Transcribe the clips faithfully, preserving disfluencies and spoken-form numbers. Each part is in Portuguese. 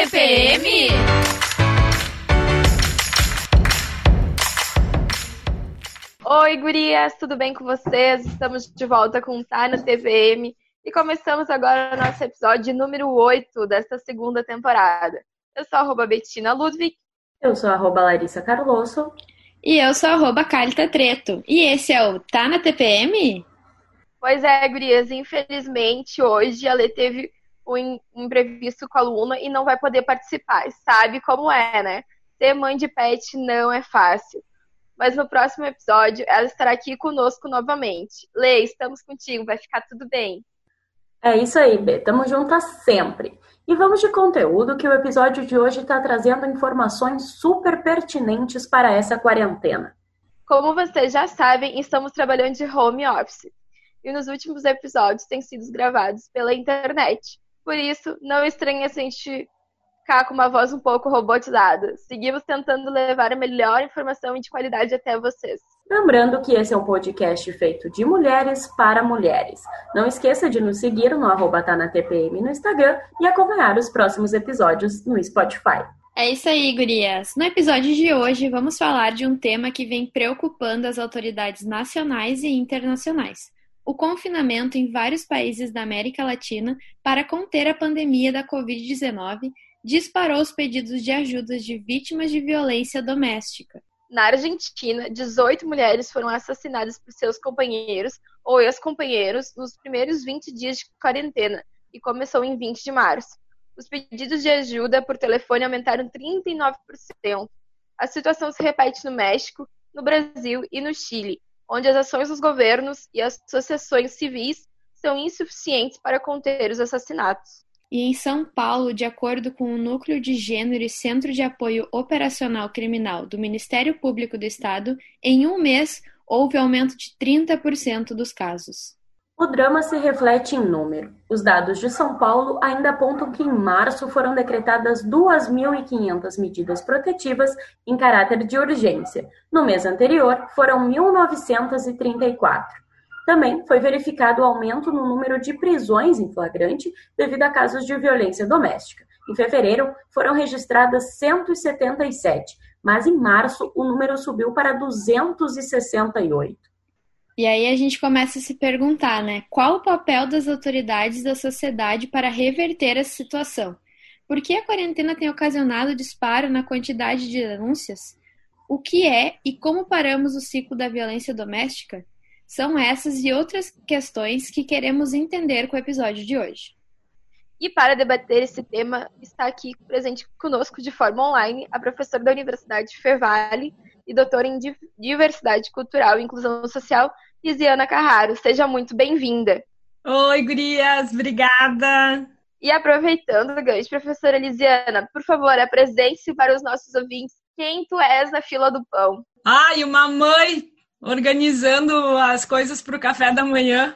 T P M? Oi, gurias, tudo bem com vocês? Estamos de volta com o Tá na T V M e começamos agora o nosso episódio número oito desta segunda temporada. Eu sou a arroba Bettina Ludwig. Eu sou a arroba Larissa Carlosso. E eu sou a arroba Carlita Treto. E esse é o Tá na T P M? Pois é, gurias, infelizmente hoje a Lê teve um imprevisto com a aluna e não vai poder participar. Sabe como é, né? Ser mãe de pet não é fácil. Mas no próximo episódio ela estará aqui conosco novamente. Lê, estamos contigo, vai ficar tudo bem. É isso aí, Bê. Tamo juntas sempre. E vamos de conteúdo, que o episódio de hoje está trazendo informações super pertinentes para essa quarentena. Como vocês já sabem, estamos trabalhando de home office. E nos últimos episódios têm sido gravados pela internet. Por isso, não estranhe se a gente ficar com uma voz um pouco robotizada. Seguimos tentando levar a melhor informação e de qualidade até vocês. Lembrando que esse é um podcast feito de mulheres para mulheres. Não esqueça de nos seguir no arroba tá na T P M no Instagram e acompanhar os próximos episódios no Spotify. É isso aí, gurias. No episódio de hoje, vamos falar de um tema que vem preocupando as autoridades nacionais e internacionais. O confinamento em vários países da América Latina para conter a pandemia da covid dezenove disparou os pedidos de ajuda de vítimas de violência doméstica. Na Argentina, dezoito mulheres foram assassinadas por seus companheiros ou ex-companheiros nos primeiros vinte dias de quarentena, e começou em vinte de março. Os pedidos de ajuda por telefone aumentaram trinta e nove por cento. A situação se repete no México, no Brasil e no Chile, onde as ações dos governos e as associações civis são insuficientes para conter os assassinatos. E em São Paulo, de acordo com o Núcleo de Gênero e Centro de Apoio Operacional Criminal do Ministério Público do Estado, em um mês houve aumento de trinta por cento dos casos. O drama se reflete em número. Os dados de São Paulo ainda apontam que em março foram decretadas duas mil e quinhentas medidas protetivas em caráter de urgência. No mês anterior, foram mil novecentas e trinta e quatro. Também foi verificado o aumento no número de prisões em flagrante devido a casos de violência doméstica. Em fevereiro, foram registradas cento e setenta e sete, mas em março o número subiu para duzentos e sessenta e oito. E aí a gente começa a se perguntar, né? Qual o papel das autoridades da sociedade para reverter essa situação? Por que a quarentena tem ocasionado disparo na quantidade de denúncias? O que é e como paramos o ciclo da violência doméstica? São essas e outras questões que queremos entender com o episódio de hoje. E para debater esse tema, está aqui presente conosco de forma online a professora da Universidade Fevale e doutora em Diversidade Cultural e Inclusão Social, Lisiana Carraro. Seja muito bem-vinda. Oi, gurias, obrigada. E aproveitando o gancho, professora Lisiana, por favor, apresente-se para os nossos ouvintes quem tu és na fila do pão. Ai, uma mãe organizando as coisas para o café da manhã.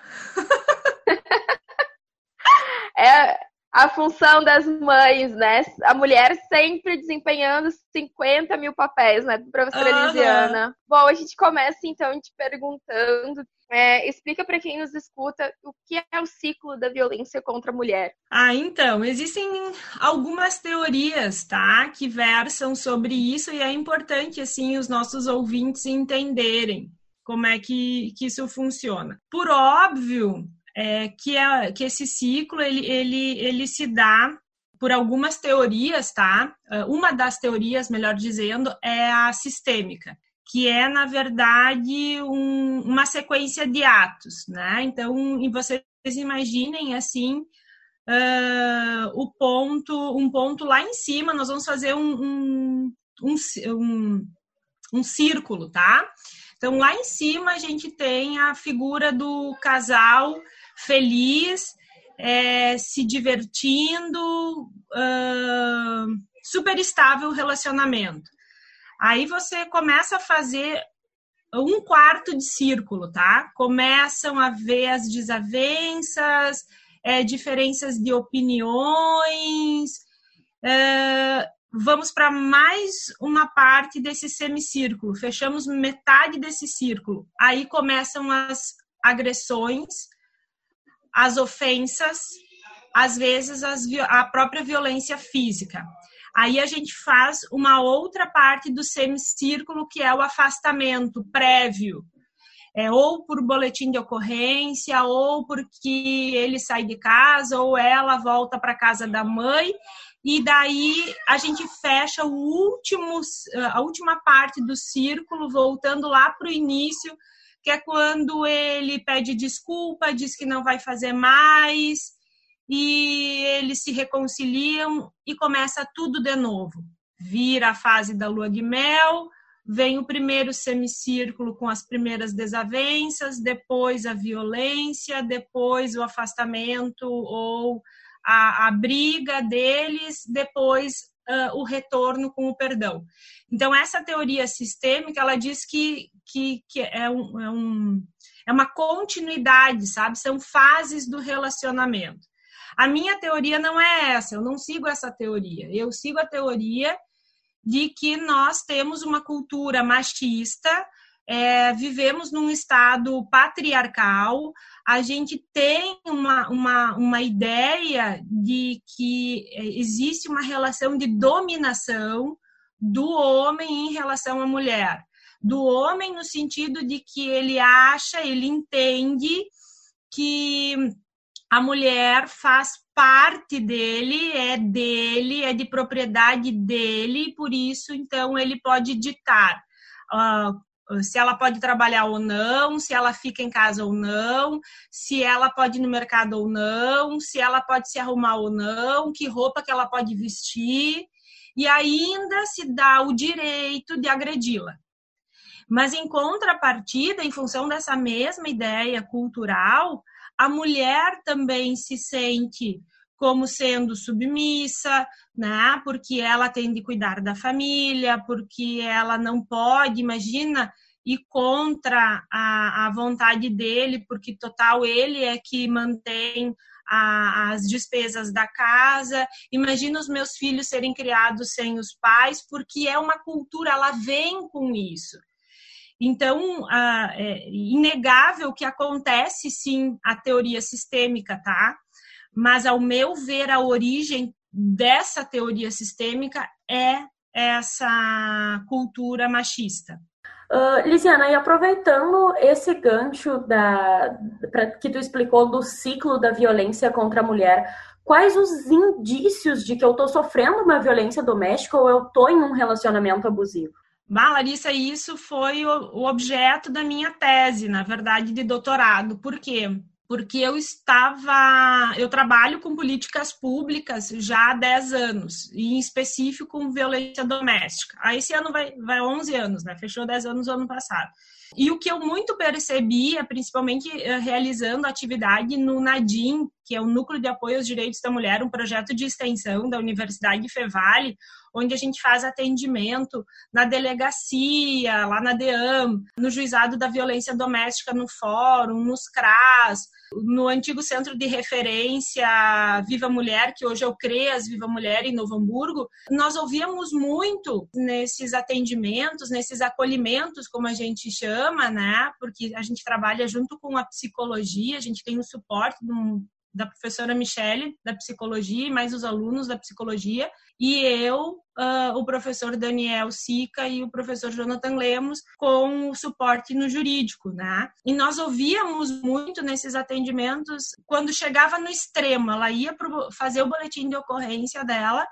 É a função das mães, né? A mulher sempre desempenhando cinquenta mil papéis, né, professora uhum. Lisiana? Bom, a gente começa então te perguntando, é, explica para quem nos escuta o que é o ciclo da violência contra a mulher. Ah, então, existem algumas teorias, tá, que versam sobre isso e é importante, assim, os nossos ouvintes entenderem como é que, que isso funciona. Por óbvio, é, que, é, que esse ciclo, ele, ele, ele se dá por algumas teorias, tá? Uma das teorias, melhor dizendo, é a sistêmica, que é, na verdade, um, uma sequência de atos, né? Então, e vocês imaginem, assim, uh, o ponto, um ponto lá em cima, nós vamos fazer um, um, um, um, um círculo, tá? Então, lá em cima, a gente tem a figura do casal feliz, é, se divertindo, uh, super estável relacionamento. Aí você começa a fazer um quarto de círculo, tá? Começam a ver as desavenças, é, diferenças de opiniões. É, vamos para mais uma parte desse semicírculo. Fechamos metade desse círculo. Aí começam as agressões, as ofensas, às vezes as, a própria violência física. Aí a gente faz uma outra parte do semicírculo, que é o afastamento prévio, é, ou por boletim de ocorrência, ou porque ele sai de casa, ou ela volta para a casa da mãe, e daí a gente fecha o último, a última parte do círculo, voltando lá para o início, que é quando ele pede desculpa, diz que não vai fazer mais, e eles se reconciliam e começa tudo de novo. Vira a fase da lua de mel, vem o primeiro semicírculo com as primeiras desavenças, depois a violência, depois o afastamento ou a, a briga deles, depois uh, o retorno com o perdão. Então, essa teoria sistêmica, ela diz que, que, que é, um, é, um, é uma continuidade, sabe? São fases do relacionamento. A minha teoria não é essa, eu não sigo essa teoria. Eu sigo a teoria de que nós temos uma cultura machista, é, vivemos num estado patriarcal, a gente tem uma, uma, uma ideia de que existe uma relação de dominação do homem em relação à mulher. Do homem no sentido de que ele acha, ele entende que a mulher faz parte dele, é dele, é de propriedade dele, por isso, então, ele pode ditar uh, se ela pode trabalhar ou não, se ela fica em casa ou não, se ela pode ir no mercado ou não, se ela pode se arrumar ou não, que roupa que ela pode vestir, e ainda se dá o direito de agredi-la. Mas, em contrapartida, em função dessa mesma ideia cultural, a mulher também se sente como sendo submissa, né? Porque ela tem de cuidar da família, porque ela não pode, imagina, ir contra a, a vontade dele, porque total ele é que mantém a, as despesas da casa. Imagina os meus filhos serem criados sem os pais, porque é uma cultura, ela vem com isso. Então, é inegável que acontece, sim, a teoria sistêmica, tá? Mas, ao meu ver, a origem dessa teoria sistêmica é essa cultura machista. Uh, Lisiana, e aproveitando esse gancho da, pra, que tu explicou do ciclo da violência contra a mulher, quais os indícios de que eu estou sofrendo uma violência doméstica ou eu estou em um relacionamento abusivo? Bah, Larissa, isso foi o objeto da minha tese, na verdade, de doutorado. Por quê? Porque eu estava... Eu trabalho com políticas públicas já há dez anos, e em específico com violência doméstica. Aí esse ano vai, vai onze anos, né? Fechou dez anos no ano passado. E o que eu muito percebia, principalmente realizando atividade no NADIM, que é o Núcleo de Apoio aos Direitos da Mulher, um projeto de extensão da Universidade Fevale, onde a gente faz atendimento na delegacia, lá na DEAM, no Juizado da Violência Doméstica no Fórum, nos C R A S, no antigo Centro de Referência Viva Mulher, que hoje é o CREAS Viva Mulher, em Novo Hamburgo. Nós ouvíamos muito nesses atendimentos, nesses acolhimentos, como a gente chama, né? Porque a gente trabalha junto com a psicologia, a gente tem o suporte de um da professora Michele, da psicologia, e mais os alunos da psicologia, e eu, uh, o professor Daniel Sica e o professor Jonathan Lemos, com o suporte no jurídico, né? E nós ouvíamos muito nesses atendimentos, quando chegava no extremo, ela ia pro, fazer o boletim de ocorrência dela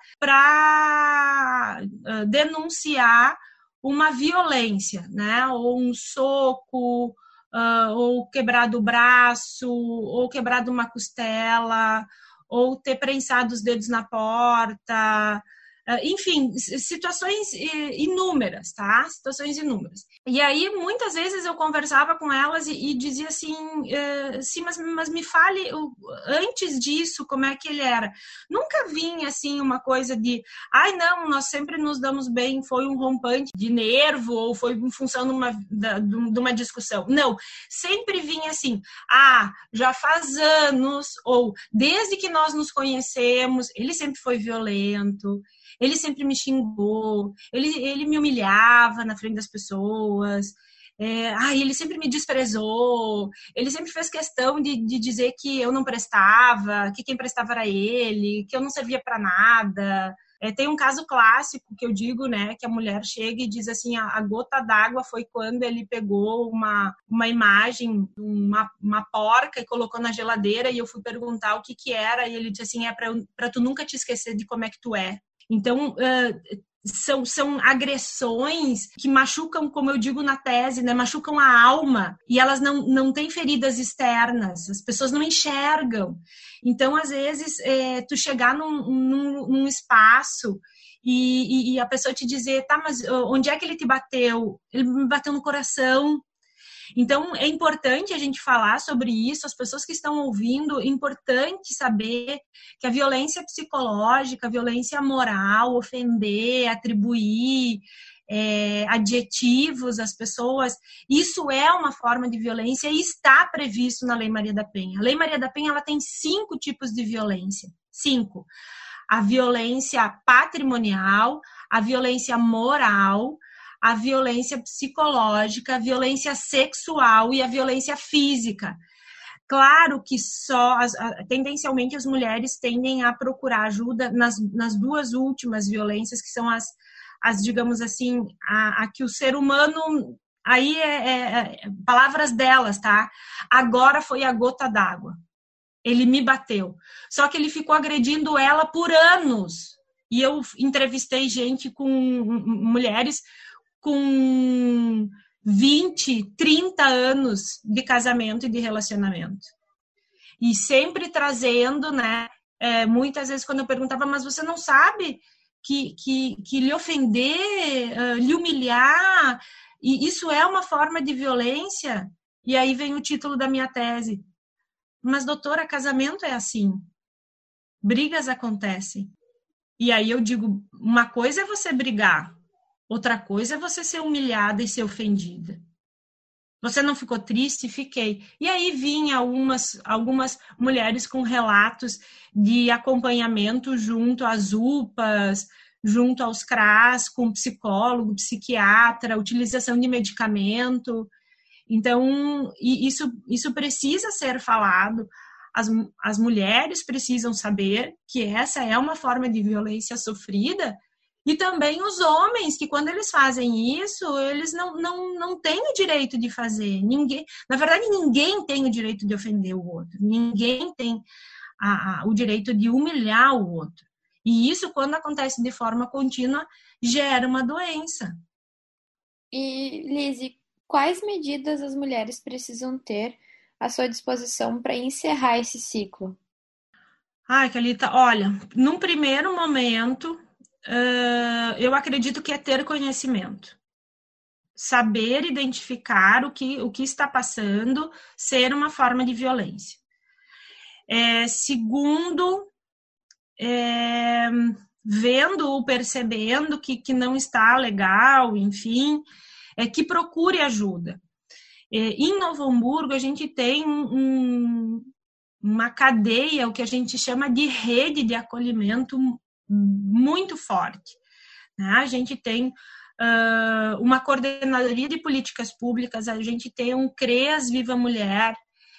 para uh, denunciar uma violência, né? Ou um soco, Uh, ou quebrado o braço, ou quebrado uma costela, ou ter prensado os dedos na porta, uh, enfim, situações inúmeras, tá? Situações inúmeras. E aí, muitas vezes eu conversava com elas e, e dizia assim, uh, sim, mas, mas me fale uh, antes disso, como é que ele era. Nunca vinha, assim, uma coisa de, ai, não, nós sempre nos damos bem, foi um rompante de nervo, ou foi em função de uma, de uma discussão. Não, sempre vinha assim, ah, já faz anos, ou desde que nós nos conhecemos, ele sempre foi violento, ele sempre me xingou, ele, ele me humilhava na frente das pessoas, É, ah, ele sempre me desprezou, ele sempre fez questão de, de dizer que eu não prestava, que quem prestava era ele, que eu não servia para nada. É, tem um caso clássico que eu digo, né, que a mulher chega e diz assim, a, a gota d'água foi quando ele pegou uma, uma imagem, uma, uma porca e colocou na geladeira e eu fui perguntar o que que era e ele disse assim, é para tu nunca te esquecer de como é que tu é. Então, uh, São, são agressões que machucam, como eu digo na tese, né? Machucam a alma e elas não, não têm feridas externas, as pessoas não enxergam. Então, às vezes, é, tu chegar num, num, num espaço e, e, e a pessoa te dizer, tá, mas onde é que ele te bateu? Ele me bateu no coração. Então, é importante a gente falar sobre isso, as pessoas que estão ouvindo, é importante saber que a violência psicológica, a violência moral, ofender, atribuir é, adjetivos às pessoas, isso é uma forma de violência e está previsto na Lei Maria da Penha. A Lei Maria da Penha ela tem cinco tipos de violência. Cinco. A violência patrimonial, a violência moral, a violência psicológica, a violência sexual e a violência física. Claro que só, as, tendencialmente, as mulheres tendem a procurar ajuda nas, nas duas últimas violências, que são as, as digamos assim, a, a que o ser humano, aí é, é, é palavras delas, tá? Agora foi a gota d'água. Ele me bateu. Só que ele ficou agredindo ela por anos. E eu entrevistei gente com mulheres com vinte, trinta anos de casamento e de relacionamento. E sempre trazendo, né, é, muitas vezes quando eu perguntava, mas você não sabe que, que, que lhe ofender, uh, lhe humilhar, e isso é uma forma de violência? E aí vem o título da minha tese. Mas, doutora, casamento é assim. Brigas acontecem. E aí eu digo, uma coisa é você brigar, outra coisa é você ser humilhada e ser ofendida. Você não ficou triste? Fiquei. E aí vinha algumas, algumas mulheres com relatos de acompanhamento junto às U P As, junto aos C R A S, com psicólogo, psiquiatra, utilização de medicamento. Então, isso, isso precisa ser falado. As, as mulheres precisam saber que essa é uma forma de violência sofrida. E também os homens, que quando eles fazem isso, eles não, não, não têm o direito de fazer. Ninguém, na verdade, ninguém tem o direito de ofender o outro. Ninguém tem a, a, o direito de humilhar o outro. E isso, quando acontece de forma contínua, gera uma doença. E, Lise, quais medidas as mulheres precisam ter à sua disposição para encerrar esse ciclo? Ai, Calita, olha, num primeiro momento... Uh, eu acredito que é ter conhecimento, saber identificar o que, o que está passando, ser uma forma de violência. É, segundo, é, vendo ou percebendo que, que não está legal, enfim, é que procure ajuda. É, em Novo Hamburgo, a gente tem um, uma cadeia, o que a gente chama de rede de acolhimento muito forte. Né? A gente tem uh, uma coordenadoria de políticas públicas, a gente tem um CREAS Viva Mulher,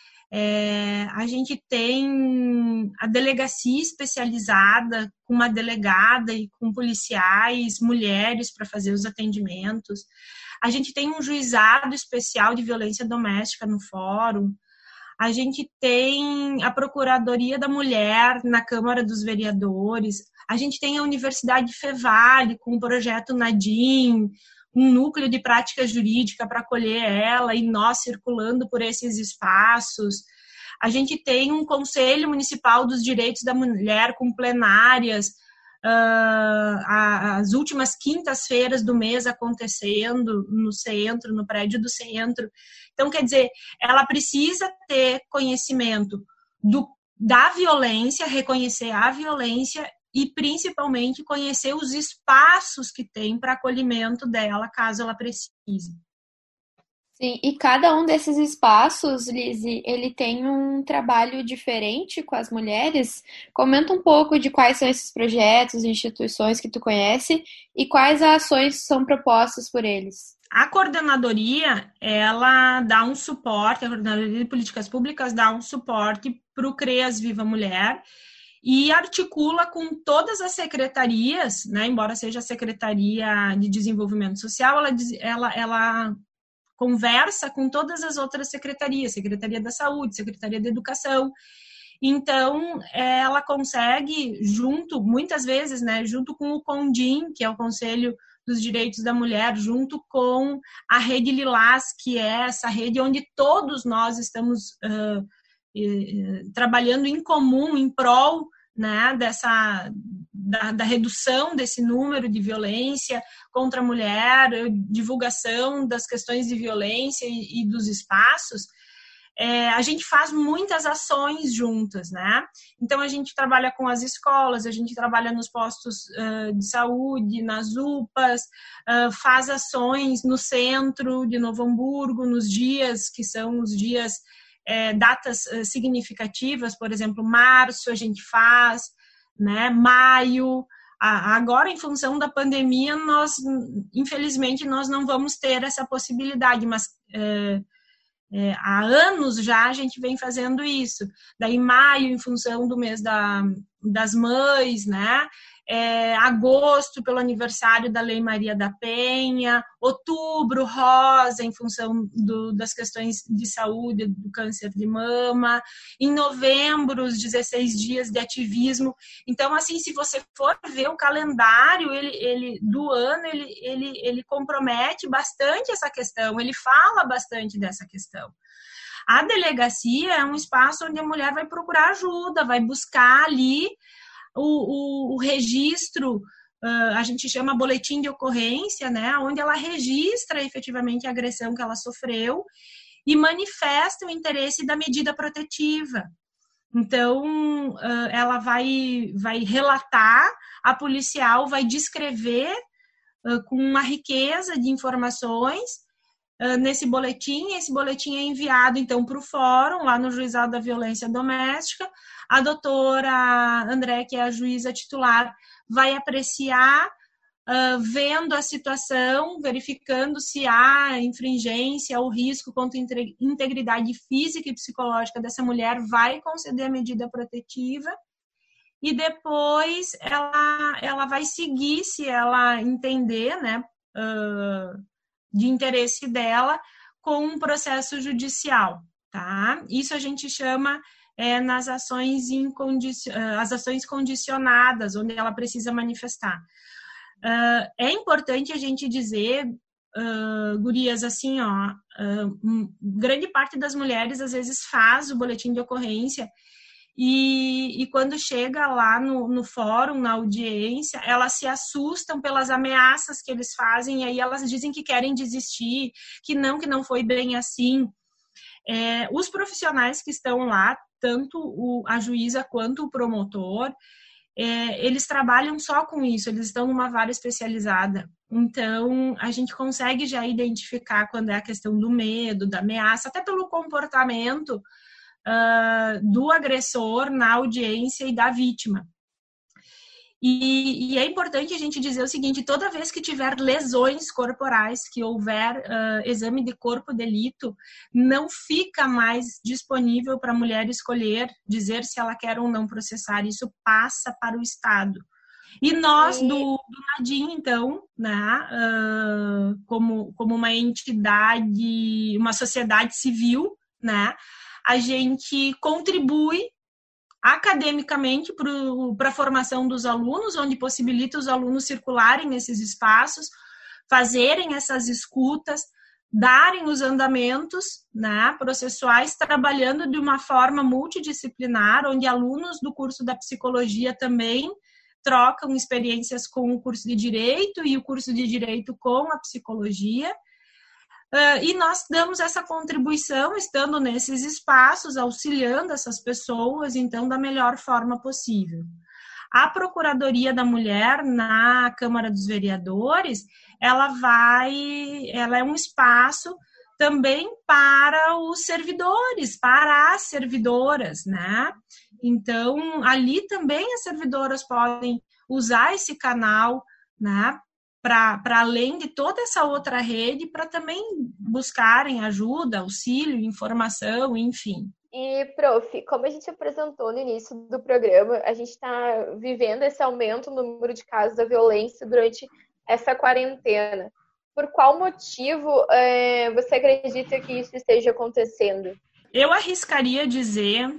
é, a gente tem a delegacia especializada com uma delegada e com policiais, mulheres para fazer os atendimentos. A gente tem um juizado especial de violência doméstica no fórum. A gente tem a Procuradoria da Mulher na Câmara dos Vereadores. A gente tem a Universidade Fevale com o projeto Nadim, um núcleo de prática jurídica para acolher ela e nós circulando por esses espaços. A gente tem um Conselho Municipal dos Direitos da Mulher com plenárias, uh, as últimas quintas-feiras do mês acontecendo no centro, no prédio do centro. Então, quer dizer, ela precisa ter conhecimento do, da violência, reconhecer a violência e, principalmente, conhecer os espaços que tem para acolhimento dela, caso ela precise. Sim, e cada um desses espaços, Lise, ele tem um trabalho diferente com as mulheres. Comenta um pouco de quais são esses projetos, instituições que tu conhece e quais ações são propostas por eles. A coordenadoria, ela dá um suporte, a Coordenadoria de Políticas Públicas dá um suporte para o CREAS Viva Mulher e articula com todas as secretarias, né, embora seja a Secretaria de Desenvolvimento Social, ela, ela, ela conversa com todas as outras secretarias, Secretaria da Saúde, Secretaria da Educação. Então, ela consegue, junto, muitas vezes, né, junto com o CONDIM, que é o Conselho dos Direitos da Mulher, junto com a Rede Lilás, que é essa rede onde todos nós estamos uh, uh, trabalhando em comum, em prol, né, dessa, da, da redução desse número de violência contra a mulher, divulgação das questões de violência e, e dos espaços. É, a gente faz muitas ações juntas, né? Então, a gente trabalha com as escolas, a gente trabalha nos postos uh, de saúde, nas U P As, uh, faz ações no centro de Novo Hamburgo, nos dias que são os dias, é, datas uh, significativas, por exemplo, março a gente faz, né? Maio. A, agora, em função da pandemia, nós, infelizmente, nós não vamos ter essa possibilidade, mas... Uh, É, há anos já a gente vem fazendo isso. Daí maio, em função do mês da, das mães, né? É, agosto, pelo aniversário da Lei Maria da Penha, outubro, rosa, em função do, das questões de saúde, do câncer de mama, em novembro, os dezesseis dias de ativismo. Então, assim, se você for ver o calendário ele, ele, do ano, ele, ele, ele compromete bastante essa questão, ele fala bastante dessa questão. A delegacia é um espaço onde a mulher vai procurar ajuda, vai buscar ali O, o, o registro, uh, a gente chama boletim de ocorrência, né, onde ela registra efetivamente a agressão que ela sofreu e manifesta o interesse da medida protetiva. Então, uh, ela vai, vai relatar, a policial vai descrever uh, com uma riqueza de informações uh, nesse boletim. Esse boletim é enviado, então, para o fórum, lá no Juizado da Violência Doméstica. A doutora André, que é a juíza titular, vai apreciar, uh, vendo a situação, verificando se há infringência ou risco contra a integridade física e psicológica dessa mulher, vai conceder a medida protetiva e depois ela, ela vai seguir, se ela entender, né, uh, de interesse dela, com um processo judicial, tá? Isso a gente chama... É, nas ações, incondici... as ações condicionadas, onde ela precisa manifestar. Uh, é importante a gente dizer, uh, gurias, assim, ó, uh, grande parte das mulheres, às vezes, faz o boletim de ocorrência e, e quando chega lá no, no fórum, na audiência, elas se assustam pelas ameaças que eles fazem e aí elas dizem que querem desistir, que não, que não foi bem assim. É, os profissionais que estão lá, tanto o, a juíza quanto o promotor, é, eles trabalham só com isso, eles estão numa vara especializada. Então, a gente consegue já identificar quando é a questão do medo, da ameaça, até pelo comportamento uh, do agressor na audiência e da vítima. E, e é importante a gente dizer o seguinte, toda vez que tiver lesões corporais, que houver uh, exame de corpo de delito, não fica mais disponível para a mulher escolher, dizer se ela quer ou não processar, isso passa para o Estado. E nós, do, do Nadim, então, né, uh, como, como uma entidade, uma sociedade civil, né, a gente contribui academicamente para a formação dos alunos, onde possibilita os alunos circularem nesses espaços, fazerem essas escutas, darem os andamentos, né, processuais, trabalhando de uma forma multidisciplinar, onde alunos do curso da psicologia também trocam experiências com o curso de Direito e o curso de Direito com a psicologia. Uh, e nós damos essa contribuição, estando nesses espaços, auxiliando essas pessoas, então, da melhor forma possível. A Procuradoria da Mulher, na Câmara dos Vereadores, ela vai, ela é um espaço também para os servidores, para as servidoras, né? Então, ali também as servidoras podem usar esse canal, né, para além de toda essa outra rede, para também buscarem ajuda, auxílio, informação, enfim. E, prof, como a gente apresentou no início do programa, a gente está vivendo esse aumento no número de casos da violência durante essa quarentena. Por qual motivo é, você acredita que isso esteja acontecendo? Eu arriscaria dizer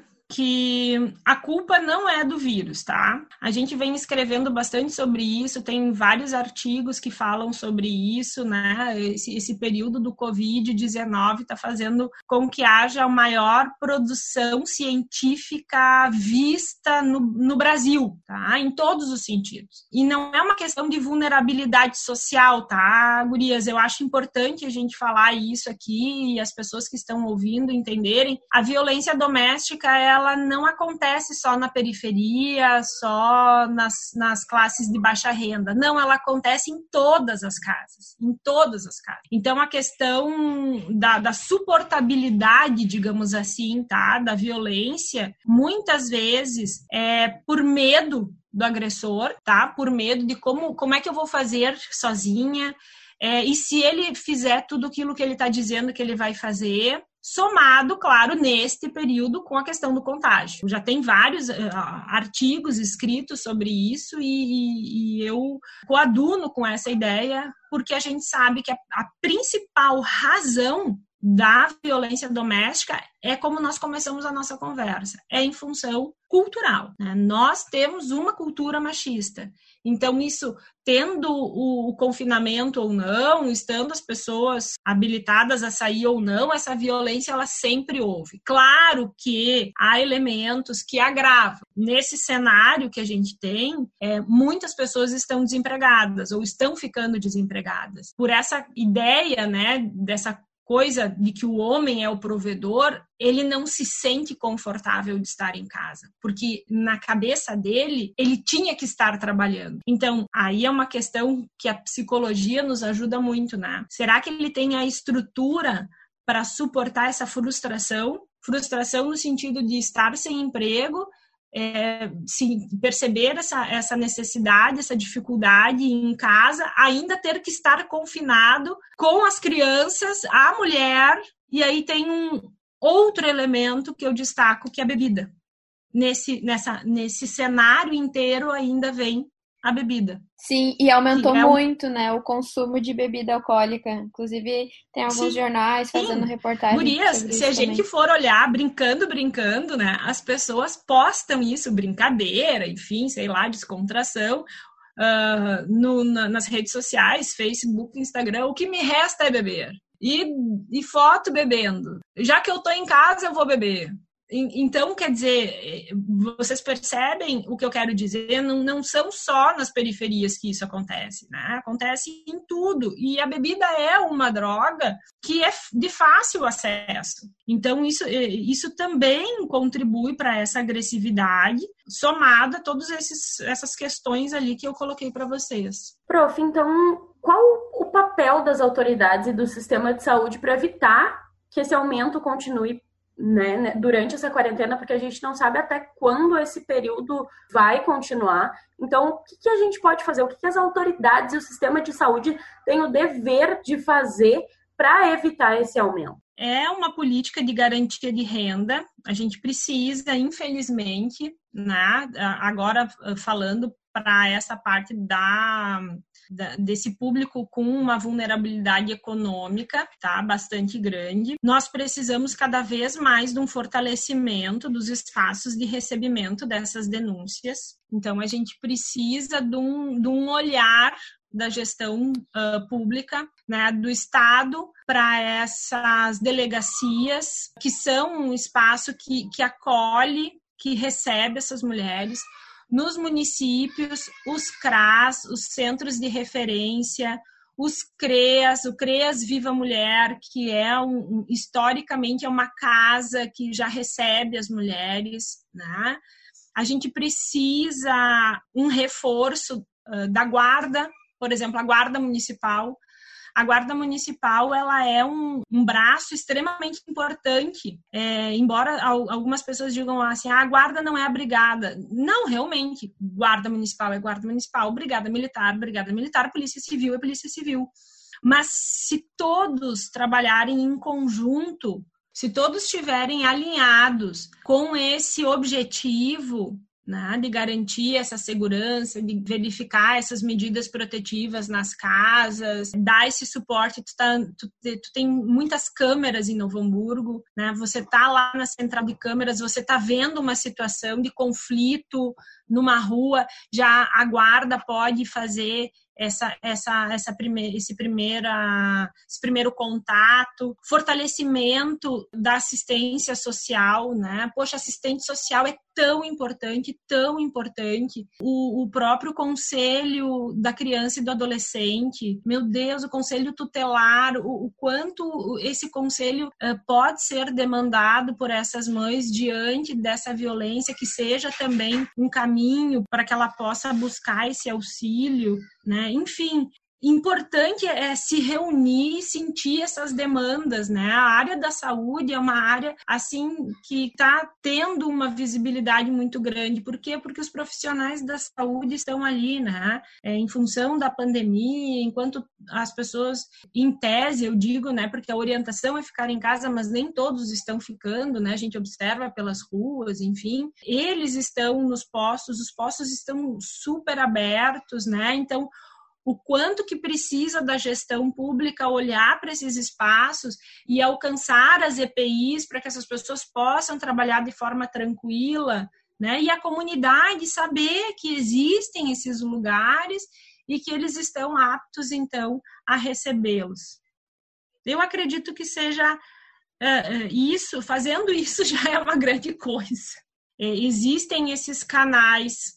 que a culpa não é do vírus, tá? A gente vem escrevendo bastante sobre isso, tem vários artigos que falam sobre isso, né? Esse, esse período do covid dezenove está fazendo com que haja a maior produção científica vista no, no Brasil, tá? Em todos os sentidos. E não é uma questão de vulnerabilidade social, tá, gurias? Eu acho importante a gente falar isso aqui e as pessoas que estão ouvindo entenderem. A violência doméstica é ela não acontece só na periferia, só nas, nas classes de baixa renda. Não, ela acontece em todas as casas, em todas as casas. Então, a questão da, da suportabilidade, digamos assim, tá, da violência, muitas vezes é por medo do agressor, tá, por medo de como, como é que eu vou fazer sozinha, é, e se ele fizer tudo aquilo que ele está dizendo que ele vai fazer, somado, claro, neste período com a questão do contágio. Já tem vários uh, artigos escritos sobre isso e, e eu coaduno com essa ideia, porque a gente sabe que a, a principal razão da violência doméstica é como nós começamos a nossa conversa, é em função cultural, né? Nós temos uma cultura machista, então isso, tendo o, o confinamento ou não, estando as pessoas habilitadas a sair ou não, essa violência ela sempre houve. Claro que há elementos que agravam. Nesse cenário que a gente tem, é, muitas pessoas estão desempregadas ou estão ficando desempregadas. Por essa ideia, né, dessa coisa de que o homem é o provedor, ele não se sente confortável de estar em casa, porque na cabeça dele, ele tinha que estar trabalhando. Então, aí é uma questão que a psicologia nos ajuda muito, né? Será que ele tem a estrutura para suportar essa frustração? Frustração no sentido de estar sem emprego, É, sim, perceber essa, essa necessidade, essa dificuldade em casa, ainda ter que estar confinado com as crianças, a mulher, e aí tem um outro elemento que eu destaco, que é a bebida. Nesse, nessa, nesse cenário inteiro ainda vem a bebida. Sim, e aumentou é um... muito, né, o consumo de bebida alcoólica. Inclusive, tem alguns Sim. jornais fazendo Sim. reportagens. Gurias, sobre se isso a gente também. for olhar, brincando, brincando, né, as pessoas postam isso, brincadeira, enfim, sei lá, descontração, uh, no, na, nas redes sociais, Facebook, Instagram, o que me resta é beber. E, e foto bebendo. Já que eu tô em casa, eu vou beber. Então, quer dizer, vocês percebem o que eu quero dizer? Não, não são só nas periferias que isso acontece, né? Acontece em tudo. E a bebida é uma droga que é de fácil acesso. Então, isso, isso também contribui para essa agressividade, somada a todas esses, essas questões ali que eu coloquei para vocês. Prof, então, qual o papel das autoridades e do sistema de saúde para evitar que esse aumento continue Né, durante essa quarentena, porque a gente não sabe até quando esse período vai continuar. Então, o que, que a gente pode fazer? O que, que as autoridades e o sistema de saúde têm o dever de fazer para evitar esse aumento? É uma política de garantia de renda. A gente precisa, infelizmente, né, agora falando para essa parte da, da, desse público com uma vulnerabilidade econômica, tá, bastante grande, nós precisamos cada vez mais de um fortalecimento dos espaços de recebimento dessas denúncias. Então, a gente precisa de um, de um olhar da gestão uh, pública, né, do Estado para essas delegacias, que são um espaço que, que acolhe, que recebe essas mulheres. Nos municípios, os C R A S, os centros de referência, os C R E A S, o C R E A S Viva Mulher, que é um, um, historicamente é uma casa que já recebe as mulheres, né? A gente precisa um reforço uh, da guarda, por exemplo, a guarda municipal. a Guarda Municipal ela é um, um braço extremamente importante, é, embora algumas pessoas digam assim, ah, a Guarda não é a Brigada. Não, realmente, Guarda Municipal é Guarda Municipal, Brigada Militar, Brigada Militar, Polícia Civil é Polícia Civil. Mas se todos trabalharem em conjunto, se todos estiverem alinhados com esse objetivo, né, de garantir essa segurança, de verificar essas medidas protetivas nas casas, dar esse suporte. Tu, tá, tu, tu tem muitas câmeras em Novo Hamburgo, né? Você tá lá na central de câmeras, você tá vendo uma situação de conflito numa rua, já a guarda pode fazer essa, essa, essa primeira, esse, primeira, esse primeiro contato, fortalecimento da assistência social, né? Poxa, assistente social é tão importante, tão importante. O, o próprio conselho da criança e do adolescente, meu Deus, o conselho tutelar, o, o quanto esse conselho uh, pode ser demandado por essas mães diante dessa violência, que seja também um caminho para que ela possa buscar esse auxílio, né? Enfim, importante é se reunir e sentir essas demandas, né? A área da saúde é uma área, assim, que está tendo uma visibilidade muito grande. Por quê? Porque os profissionais da saúde estão ali, né? É, em função da pandemia, enquanto as pessoas, em tese, eu digo, né? Porque a orientação é ficar em casa, mas nem todos estão ficando, né? A gente observa pelas ruas, enfim. Eles estão nos postos, os postos estão super abertos, né? Então, o quanto que precisa da gestão pública olhar para esses espaços e alcançar as E P Is para que essas pessoas possam trabalhar de forma tranquila, né? E a comunidade saber que existem esses lugares e que eles estão aptos, então, a recebê-los. Eu acredito que seja uh, isso, fazendo isso já é uma grande coisa. É, existem esses canais,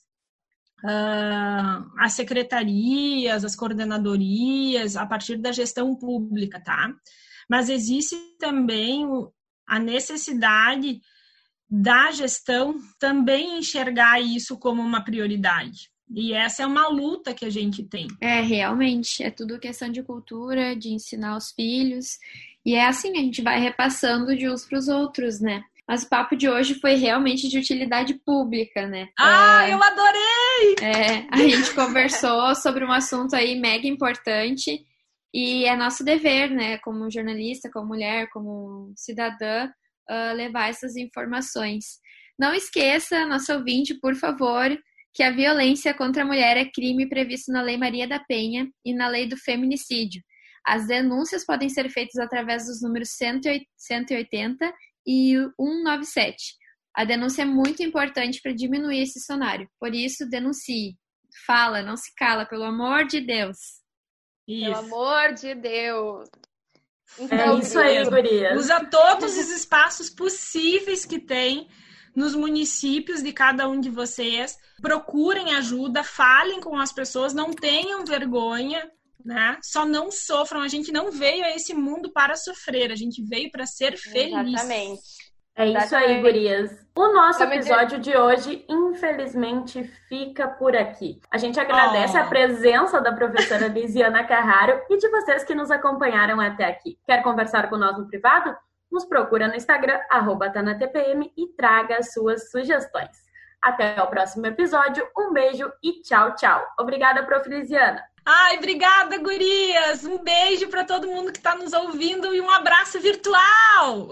Uh, as secretarias, as coordenadorias, a partir da gestão pública, tá? Mas existe também a necessidade da gestão também enxergar isso como uma prioridade. E essa é uma luta que a gente tem. É, realmente, é tudo questão de cultura, de ensinar os filhos, e é assim, a gente vai repassando de uns para os outros, né? Mas o papo de hoje foi realmente de utilidade pública, né? Ah, é, eu adorei! É, a gente conversou sobre um assunto aí mega importante e é nosso dever, né? Como jornalista, como mulher, como cidadã, uh, levar essas informações. Não esqueça, nosso ouvinte, por favor, que a violência contra a mulher é crime previsto na Lei Maria da Penha e na Lei do Feminicídio. As denúncias podem ser feitas através dos números cento e oitenta e cento e noventa e sete. A denúncia é muito importante para diminuir esse cenário. Por isso, denuncie. Fala, não se cala, pelo amor de Deus. Isso. Pelo amor de Deus. Então, é isso aí, gurias. Usa todos os espaços possíveis que tem nos municípios de cada um de vocês. Procurem ajuda, falem com as pessoas, não tenham vergonha, né? Só não sofram. A gente não veio a esse mundo para sofrer, a gente veio para ser feliz. Exatamente. É isso Exatamente. aí, gurias. O nosso episódio de hoje, infelizmente, fica por aqui. A gente agradece oh. a presença da professora Lisiana Carraro e de vocês que nos acompanharam até aqui. Quer conversar com nós no privado? Nos procura no Instagram, arroba tanatpm, e traga as suas sugestões. Até o próximo episódio. Um beijo e tchau, tchau. Obrigada, prof Lisiana. Ai, obrigada, gurias! Um beijo para todo mundo que está nos ouvindo e um abraço virtual!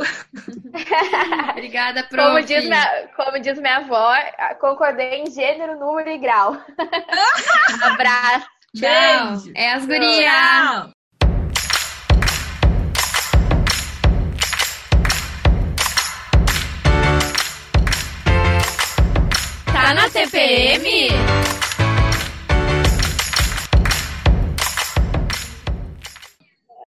Obrigada, prof. Como diz, minha, como diz minha avó, concordei em gênero, número e grau. Um abraço. Tchau. Beijo. É as gurias. Tchau. Tá na T P M?